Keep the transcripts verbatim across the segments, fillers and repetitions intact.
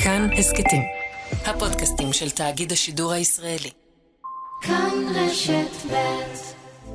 כאן הסקטים, הפודקאסטים של תאגיד השידור הישראלי. כאן רשת ב'.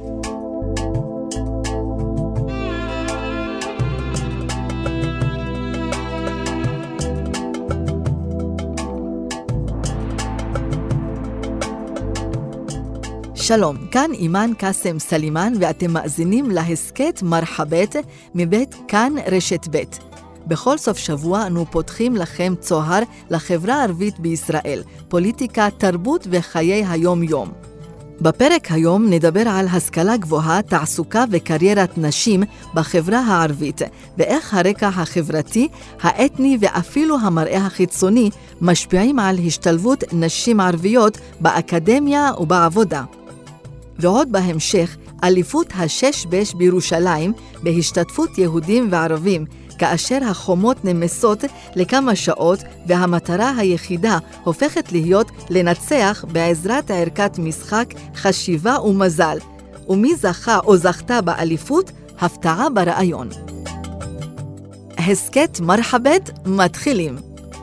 שלום, כאן אימן קאסם סלימן ואתם מאזינים להסקט מרחבת מבית כאן רשת ב'. בכל סוף שבוע אנו פותחים לכם צוהר לחברה הערבית בישראל, פוליטיקה, תרבות וחיי היום-יום. בפרק היום נדבר על השכלה גבוהה, תעסוקה וקריירת נשים בחברה הערבית, ואיך הרקע החברתי, האתני ואפילו המראה החיצוני משפיעים על השתלבות נשים ערביות באקדמיה ובעבודה. ועוד בהמשך, אליפות השש בש בירושלים בהשתתפות יהודים וערבים, כאשר החומות נמסות לכמה שעות והמטרה היחידה הופכת להיות לנצח בעזרת ערכת משחק, חשיבה ומזל. ומי זכה או זכתה באליפות? הפתעה ברעיון. הסקט מרחבת מתחילים.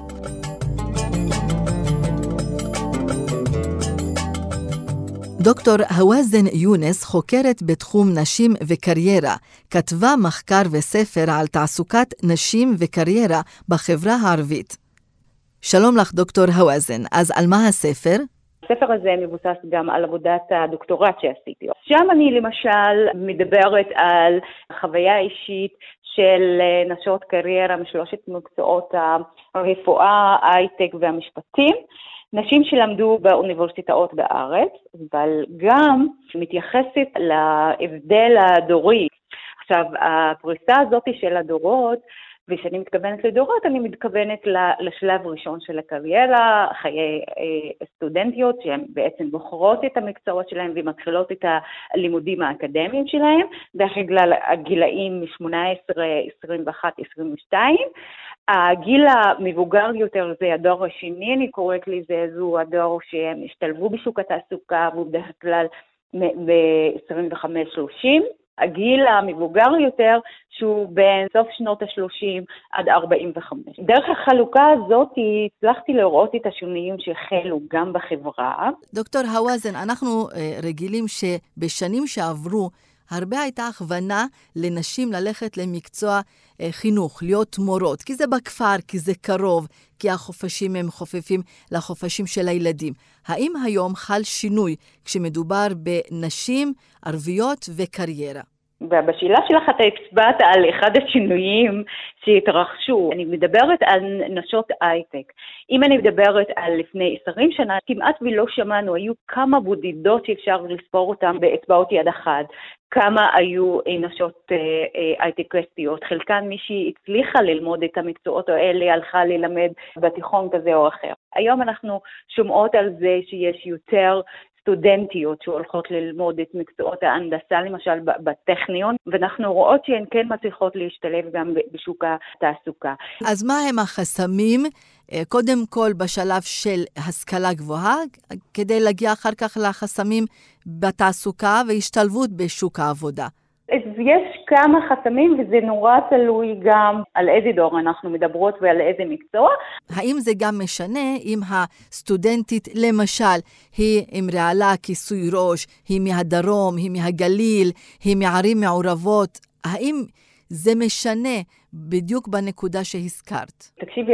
דוקטור הוואזן יונס, חוקרת בתחום נשים וקריירה, כתבה מחקר וספר על תעסוקת נשים וקריירה בחברה הערבית. שלום לך דוקטור הוואזן, אז על מה הספר? הספר הזה מבוסס גם על עבודת הדוקטורט שעשיתי. שם אני למשל מדברת על חוויה אישית של נשות קריירה משלושת מקצועות הרפואה, ההייטק והמשפטים. נשים שלמדו באוניברסיטאות בארץ, אבל גם מתייחסת להבדל הדורי. עכשיו, הפריסה הזאת של הדורות, ושאני מתכוונת לדורות, אני מתכוונת לשלב ראשון של הקריירה, חיי סטודנטיות שהן בעצם בוחרות את המקצועות שלהן ומתחילות את הלימודים האקדמיים שלהן, בכלל הגילאים מ-שמונה עשרה, עשרים ואחת, עשרים ושתיים. הגיל המבוגר יותר זה הדור השני, אני קוראת לזה, זו הדור שהם השתלבו בשוק התעסוקה, ובדרך כלל ב-עשרים וחמש שלושים. הגיל המבוגר יותר שהוא בין סוף שנות ה-שלושים עד ארבעים וחמש. דרך החלוקה הזאת הצלחתי לראות את השינויים שהחלו גם בחברה. דוקטור הוואזן, אנחנו רגילים שבשנים שעברו הרבה הייתה הכוונה לנשים ללכת למקצוע חינוך, להיות מורות, כי זה בכפר, כי זה קרוב, כי החופשים הם חופפים לחופשים של הילדים. האם היום חל שינוי כשמדובר בנשים ערביות וקריירה? בשאלה שלך אתה הצבעת על אחד השינויים שהתרחשו. אני מדברת על נשות הייטק. אם אני מדברת על לפני עשרים שנה, כמעט ולא שמענו, היו כמה בודדות שאפשר לספור אותם באצבעות יד אחד. כמה היו נשות הייטקיסטיות. חלקן מישהי הצליחה ללמוד את המקצועות האלה, הלכה ללמד בתיכון כזה או אחר. היום אנחנו שומעות על זה שיש יותר סטודנטיות שהולכות ללמוד את מקצועות ההנדסה, למשל בטכניון, ואנחנו רואות שהן כן מצליחות להשתלב גם בשוק התעסוקה. אז מה הם החסמים, קודם כל בשלב של השכלה גבוהה, כדי להגיע אחר כך לחסמים בתעסוקה והשתלבות בשוק העבודה? אז יש כמה חסמים, וזה נורא תלוי גם על איזה דור אנחנו מדברות ועל איזה מקצוע. האם זה גם משנה אם הסטודנטית, למשל, היא עם רעלה, כיסוי ראש, היא מהדרום, היא מהגליל, היא מערים מעורבות? האם זה משנה בדיוק בנקודה שהזכרת? תקשיבי,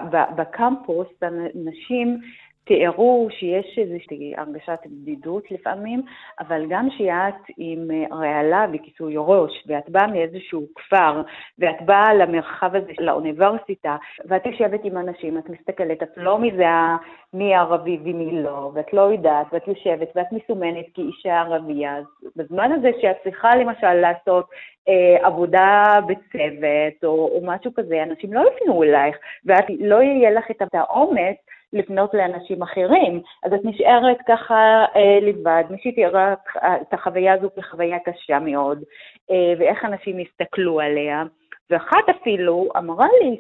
בקמפוס, הנשים תיארו שיש איזושהי הרגשת בדידות לפעמים, אבל גם שאת עם רעלה וכיסוי ראש, ואת באה מאיזשהו כפר, ואת באה למרחב הזה של האוניברסיטה, ואת יושבת עם אנשים, את מסתכלת, את לא מזהה מי ערבי ומי לא, ואת לא יודעת, ואת יושבת, ואת מסומנת כאישה ערבייה. אז בזמן הזה שאת צריכה למשל לעשות אה, עבודה בצוות, או, או משהו כזה, אנשים לא יפנו אלייך, ואת לא יהיה לך את האומץ, לפנות לאנשים אחרים, אז את נשארת ככה אה, לבד. מי שתראה את החוויה הזו כחוויה קשה מאוד, אה, ואיך אנשים הסתכלו עליה, ואחת אפילו אמרה לי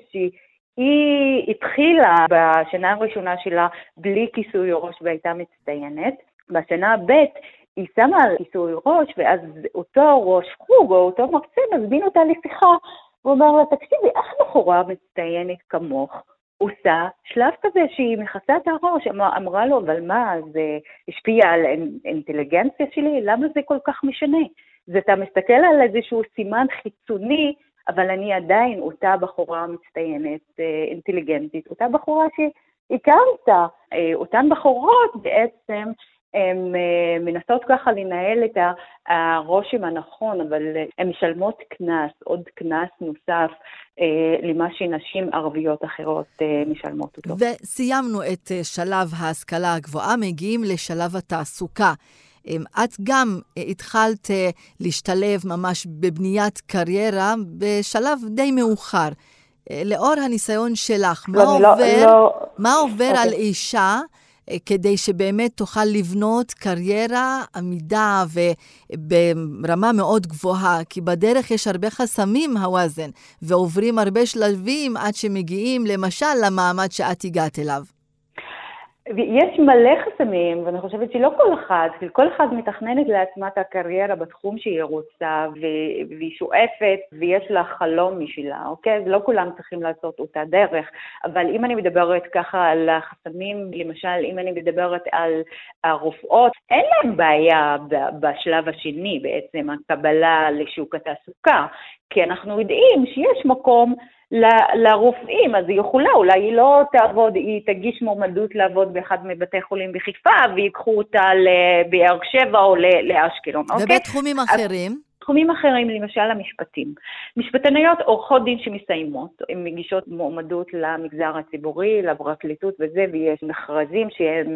שהיא התחילה בשנה הראשונה שלה בלי כיסוי ראש והייתה מצטיינת, בשנה הבאה היא שמה על כיסוי ראש, ואז אותו ראש חוג או אותו מרצה מזמין אותה לשיחה, הוא אומר לה, תקשיבי, איך בחורה מצטיינת כמוך? עושה שלב כזה שהיא מכסה את הראש, אמרה, אמרה לו, אבל מה, זה השפיע על אינטליגנציה שלי? למה זה כל כך משנה? זה אתה מסתכל על איזשהו סימן חיצוני, אבל אני עדיין אותה בחורה מצטיינת, אינטליגנטית, אותה בחורה שהכרת, אותן בחורות בעצם, הן מנסות ככה לנהל את הרושם הנכון, אבל הן משלמות כנס, עוד כנס נוסף למה שנשים ערביות אחרות משלמות אותו. וסיימנו את שלב ההשכלה הגבוהה, מגיעים לשלב התעסוקה. את גם התחלת להשתלב ממש בבניית קריירה בשלב די מאוחר. לאור הניסיון שלך, מה עובר, מה עובר על אישה כדי שבאמת תוכל לבנות קריירה עמידה וברמה מאוד גבוהה? כי בדרך יש הרבה חסמים, הווזן, ועוברים הרבה שלבים עד שמגיעים למשל למעמד שאת הגעת אליו. יש מלא חסמים, ואני חושבת שלא כל אחד, כל אחד מתכננת לעצמה את הקריירה בתחום שהיא רוצה, והיא שואפת, ויש לה חלום משלה, אוקיי? אז לא כולם צריכים לעשות אותה דרך, אבל אם אני מדברת ככה על החסמים, למשל, אם אני מדברת על הרופאות, אין להם בעיה בשלב השני בעצם, הקבלה לשוק התעסוקה, כי אנחנו יודעים שיש מקום לרופאים, אז היא יכולה, אולי היא לא תעבוד, היא תגיש מועמדות לעבוד באחד מבתי חולים בחיפה, ויקחו אותה לבאר שבע או לאשקלון. ובתחומים אחרים? תחומים אחרים, למשל המשפטים. משפטניות עורכות דין שמסיימות, הן מגישות מועמדות למגזר הציבורי, לפרקליטות וזה, ויש מכרזים שהם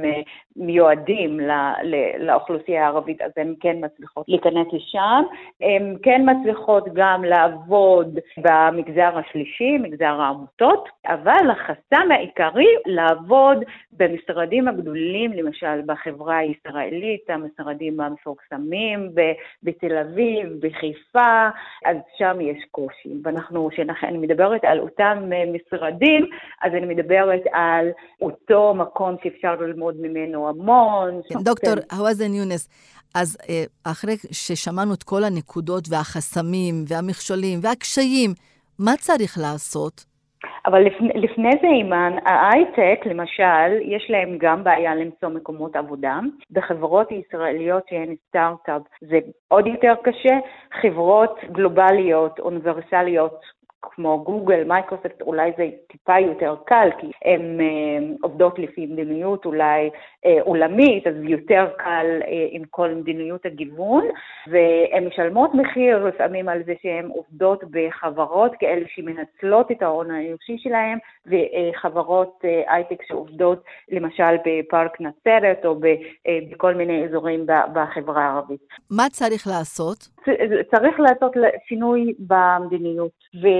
מיועדים לאוכלוסייה הערבית, אז הן כן מצליחות להיכנס לשם. הן כן מצליחות גם לעבוד במגזר השלישי, מגזר העמותות, אבל החסם העיקרי לעבוד במשרדים הגדולים, למשל בחברה הישראלית, המשרדים המפורסמים בתל אביב, בחיפה, אז שם יש קושי. ואנחנו, כשאני מדברת על אותם משרדים, אז אני מדברת על אותו מקום שאפשר ללמוד ממנו המון. דוקטור הווזן יונס, אז אחרי ששמענו את כל הנקודות והחסמים והמכשולים והקשיים, מה צריך לעשות? אבל לפני, לפני זה, אימן, ההייטק, למשל, יש להם גם בעיה למצוא מקומות עבודה. בחברות ישראליות שהן סטארט-אפ זה עוד יותר קשה. חברות גלובליות, אוניברסליות, כמו גוגל, מייקרוסופט, אולי זה טיפה יותר קל, כי הן אה, עובדות לפי מדיניות אולי אה, עולמית, אז יותר קל אה, עם כל מדיניות הגיוון, והן משלמות מחיר לפעמים על זה שהן עובדות בחברות כאלה שמנצלות את ההון האנושי שלהן, וחברות אה, הייטק שעובדות למשל בפארק נצרת, או ב, אה, בכל מיני אזורים בחברה הערבית. מה צריך לעשות? צריך לעשות שינוי במדיניות,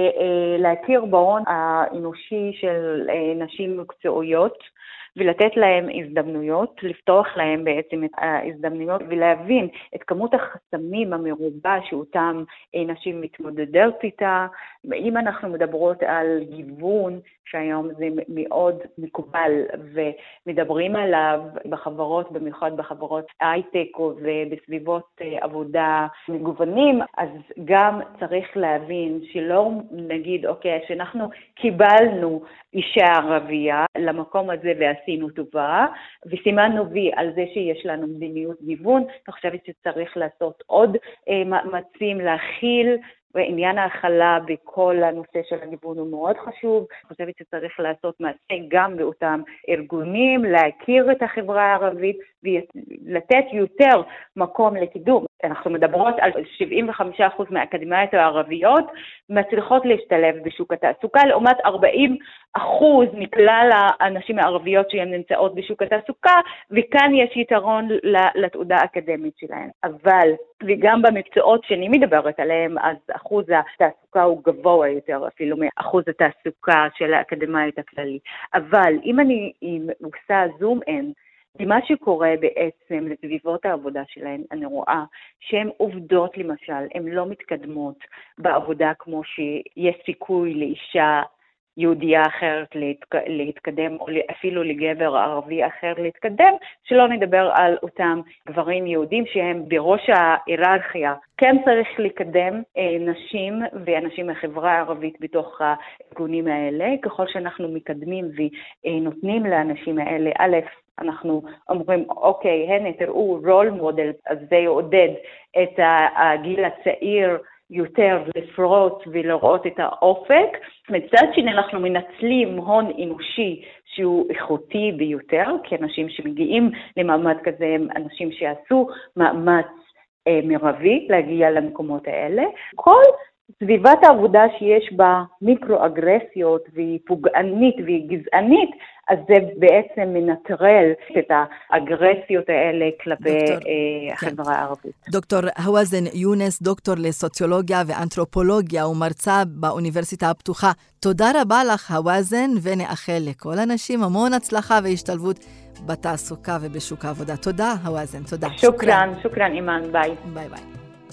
ולהכיר בהון האנושי של נשים מקצועיות, ולתת להם הזדמנויות, לפתוח להם בעצם את ההזדמנויות, ולהבין את כמות החסמים המרובה שאותם נשים מתמודדות איתה. אם אנחנו מדברות על גיוון, שהיום זה מאוד מקובל, ומדברים עליו בחברות, במיוחד בחברות הייטק, ובסביבות עבודה מגוונים, אז גם צריך להבין שלא נגיד, אוקיי, שאנחנו קיבלנו אישה ערבייה למקום הזה ועשינו טובה, וסימנו וי על זה שיש לנו מדיניות גיוון. אני חושבת שצריך לעשות עוד מאמצים להכיל, ועניין ההכלה בכל הנושא של הגיוון הוא מאוד חשוב. אני חושבת שצריך לעשות מעשה גם באותם ארגונים, להכיר את החברה הערבית ולתת יותר מקום לקידום. אנחנו מדברות על שבעים וחמישה אחוז מהאקדמאיות הערביות מצליחות להשתלב בשוק התעסוקה, לעומת ארבעים אחוז מכלל האנשים הערביות שהן נמצאות בשוק התעסוקה, וכאן יש יתרון לתעודה האקדמית שלהן. אבל, וגם במקצועות שאני מדברת עליהם, אז אחוז התעסוקה הוא גבוה יותר אפילו מאחוז התעסוקה של האקדמאית הכללי. אבל אם אני עושה זום אין, מה שקורה בעצם לסביבות העבודה שלהן, אני רואה שהן עובדות למשל, הן לא מתקדמות בעבודה כמו שיש סיכוי לאישה ליהודייה אחרת להתקדם, או אפילו לגבר ערבי אחר להתקדם, שלא נדבר על אותם גברים יהודים שהם בראש ההיררכיה. כן צריך לקדם נשים ואנשים מהחברה הערבית בתוך הארגונים האלה, ככל שאנחנו מקדמים ונותנים לאנשים האלה, א', אנחנו אומרים, אוקיי, הנה, תראו, רול מודל, אז זה יעודד את הגיל הצעיר יותר לפרוט ולראות את האופק. מצד שני, אנחנו מנצלים הון אנושי שהוא איכותי ביותר, כי אנשים שמגיעים למעמד כזה הם אנשים שעשו מאמץ אה, מרבי להגיע למקומות האלה. כל סביבת העבודה שיש בה מיקרו-אגרסיות והיא פוגענית והיא גזענית, אז זה בעצם מנטרל את האגרסיות האלה כלפי דוקטור, אה, החברה כן. הערבית. דוקטור הווזן יונס, דוקטור לסוציולוגיה ואנתרופולוגיה ומרצה באוניברסיטה הפתוחה. תודה רבה לך הווזן, ונאחל לכל הנשים המון הצלחה והשתלבות בתעסוקה ובשוק העבודה. תודה הווזן, תודה. שוקרן, שוקרן אימן, ביי. ביי ביי.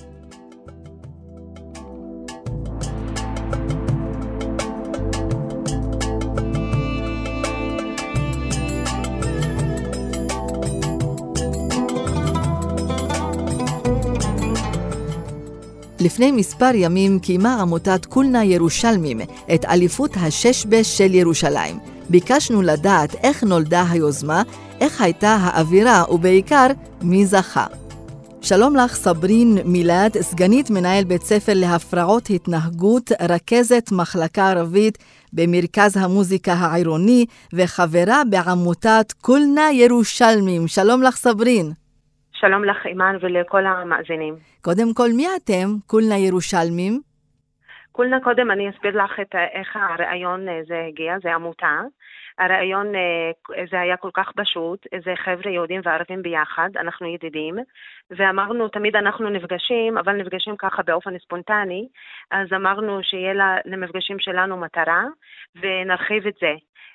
לפני מספר ימים קיימה עמותת כולנה ירושלמים את אליפות השש-בש של ירושלים. ביקשנו לדעת איך נולדה היוזמה, איך הייתה האווירה ובעיקר מי זכה. שלום לך סברין מילד, סגנית מנהל בית ספר להפרעות התנהגות, רכזת מחלקה ערבית במרכז המוזיקה העירוני וחברה בעמותת כולנה ירושלמים. שלום לך סברין. שלום לך אימן ולכל המאזינים. קודם כל, מי אתם, כולנה ירושלמים? כולנה, קודם אני אסביר לך את איך הרעיון זה הגיע, זה עמותה. הרעיון זה היה כל כך פשוט, זה חבר'ה יהודים וערבים ביחד, אנחנו ידידים, ואמרנו תמיד אנחנו נפגשים, אבל נפגשים ככה באופן ספונטני, אז אמרנו שיהיה למפגשים שלנו מטרה, ונרחיב את זה.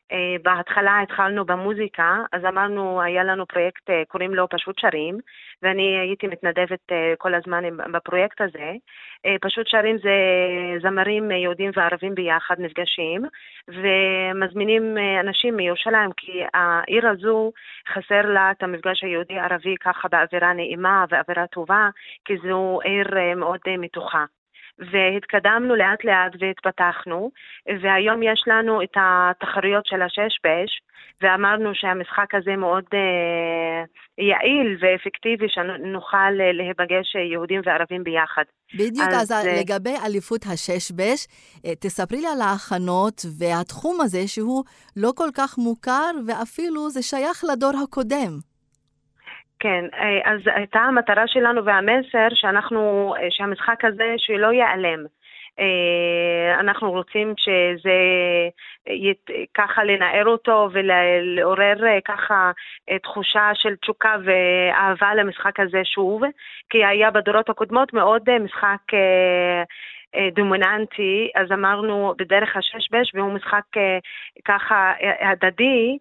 בהתחלה התחלנו במוזיקה, אז אמרנו, היה לנו פרויקט, קוראים לו פשוט שרים, ואני הייתי מתנדבת כל הזמן בפרויקט הזה. פשוט שרים זה זמרים יהודים וערבים ביחד נפגשים, ומזמינים אנשים מירושלים, כי העיר הזו חסר לה את המפגש היהודי-ערבי ככה באווירה נעימה ואווירה טובה, כי זו עיר מאוד מתוחה. והתקדמנו לאט לאט והתפתחנו, והיום יש לנו את התחרויות של השש-בש, ואמרנו שהמשחק הזה מאוד אה, יעיל ואפקטיבי, שנוכל להיפגש יהודים וערבים ביחד. בדיוק, אז, אז לגבי אליפות השש-בש, תספרי לי על ההכנות והתחום הזה שהוא לא כל כך מוכר, ואפילו זה שייך לדור הקודם. כן, אז הייתה המטרה שלנו והמסר שאנחנו, שהמשחק הזה שלא ייעלם. אנחנו רוצים שזה ככה לנער אותו ולעורר ככה תחושה של תשוקה ואהבה למשחק הזה שוב, כי היה בדורות הקודמות מאוד משחק דומיננטי, אז אמרנו בדרך השש-בש, והוא משחק ככה הדדי,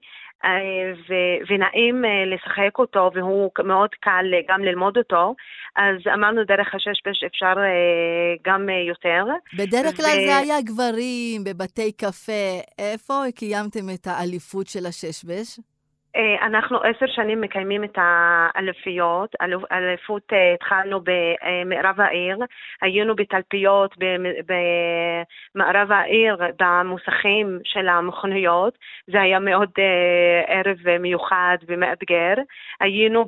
ונעים לשחק אותו, והוא מאוד קל גם ללמוד אותו, אז אמרנו דרך השש-בש אפשר גם יותר. בדרך כלל זה היה גברים בבתי קפה. איפה קיימתם את האליפות של השש-בש? אנחנו עשר שנים מקיימים את האליפיות. אליפות התחלנו במערב העיר, היינו בתלפיות במערב העיר במוסכים של המכוניות, זה היה מאוד ערב מיוחד ומאתגר. היינו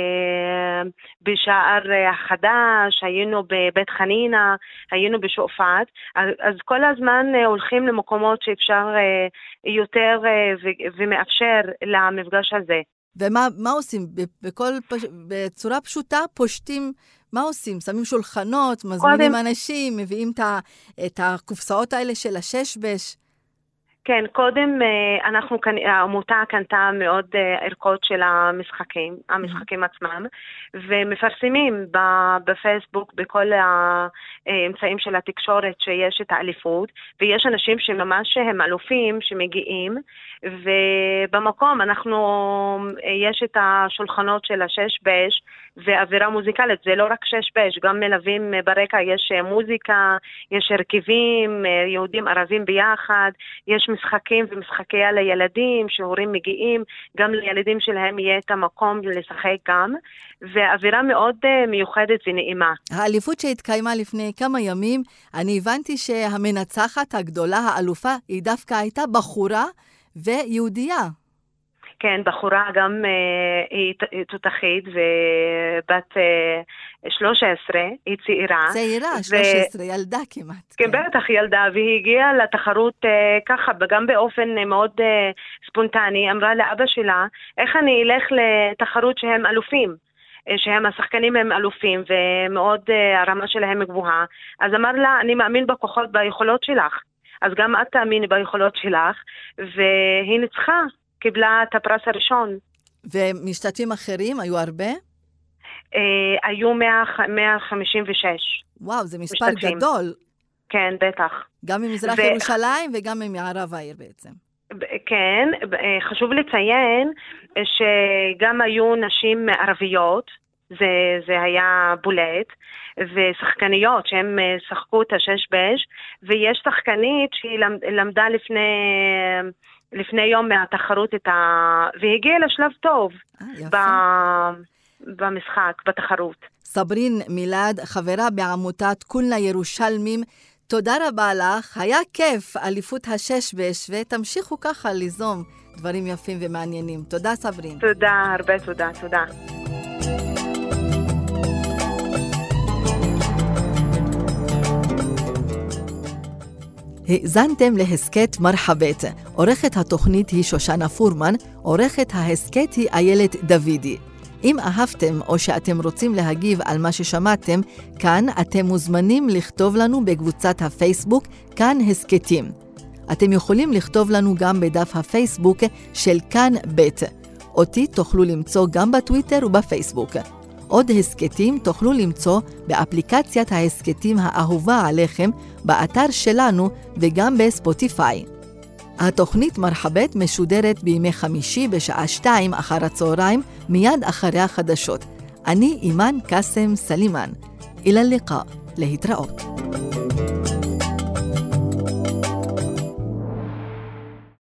בשער החדש, היינו בבית חנינה, היינו בשועפאט, אז כל הזמן הולכים למקומות שאפשר יותר ומאפשר למפגש הזה. ומה מה עושים? בכל, בצורה פשוטה פושטים, מה עושים? שמים שולחנות, מזמינים קודם... אנשים, מביאים את הקופסאות האלה של השש-בש? כן, קודם אנחנו, העמותה קנתה מאוד ערכות של המשחקים, המשחקים עצמם, ומפרסמים בפייסבוק, בכל האמצעים של התקשורת שיש את האליפות, ויש אנשים שממש הם אלופים שמגיעים, ובמקום אנחנו, יש את השולחנות של השש-בש, ואווירה מוזיקלית, זה לא רק שש-בש, גם מלווים ברקע, יש מוזיקה, יש הרכבים, יהודים ערבים ביחד, יש משחקים ומשחקיה לילדים, שהורים מגיעים, גם לילדים שלהם יהיה את המקום לשחק גם, ואווירה מאוד מיוחדת ונעימה. האליפות שהתקיימה לפני כמה ימים, אני הבנתי שהמנצחת הגדולה, האלופה, היא דווקא הייתה בחורה ויהודייה. כן, בחורה גם אה, היא תותחית ובת אה, שלוש עשרה, היא צעירה. צעירה, ו... שלוש עשרה, ילדה כמעט. כן, כן, בטח ילדה, והיא הגיעה לתחרות אה, ככה, גם באופן מאוד אה, ספונטני, אמרה לאבא שלה, איך אני אלך לתחרות שהם אלופים, אה, שהם השחקנים הם אלופים, ומאוד אה, הרמה שלהם גבוהה. אז אמר לה, אני מאמין בכוחות, ביכולות שלך, אז גם את תאמיני ביכולות שלך, והיא ניצחה. קיבלה את הפרס הראשון. ומשתתפים אחרים, היו הרבה? אה, היו מאה חמישים ושש. וואו, זה מספר משתתפים. גדול. כן, בטח. גם ממזרח ו... ירושלים וגם ממערב העיר בעצם. כן, חשוב לציין שגם היו נשים ערביות, זה, זה היה בולט, ושחקניות שהן שחקו את השש בש, ויש שחקנית שהיא למדה לפני... לפני יום מהתחרות את ה... והגיע לשלב טוב ב... במשחק, בתחרות. סברין מילד, חברה בעמותת כולנה ירושלמים, תודה רבה לך, היה כיף, אליפות השש בש, ותמשיכו ככה ליזום דברים יפים ומעניינים. תודה סברין. תודה, הרבה תודה, תודה. האזנתם להסקט מרחבת. עורכת התוכנית היא שושנה פורמן, עורכת ההסקט היא איילת דוידי. אם אהבתם או שאתם רוצים להגיב על מה ששמעתם, כאן אתם מוזמנים לכתוב לנו בקבוצת הפייסבוק כאן הסקטים. אתם יכולים לכתוב לנו גם בדף הפייסבוק של כאן בית. אותי תוכלו למצוא גם בטוויטר ובפייסבוק. עוד הסקטים תוכלו למצוא באפליקציית ההסקטים האהובה עליכם, באתר שלנו וגם בספוטיפיי. התוכנית מרחבת משודרת בימי חמישי בשעה שתיים אחר הצהריים, מיד אחרי החדשות. אני אימן קאסם סלימן. אל הלקאء, להתראות.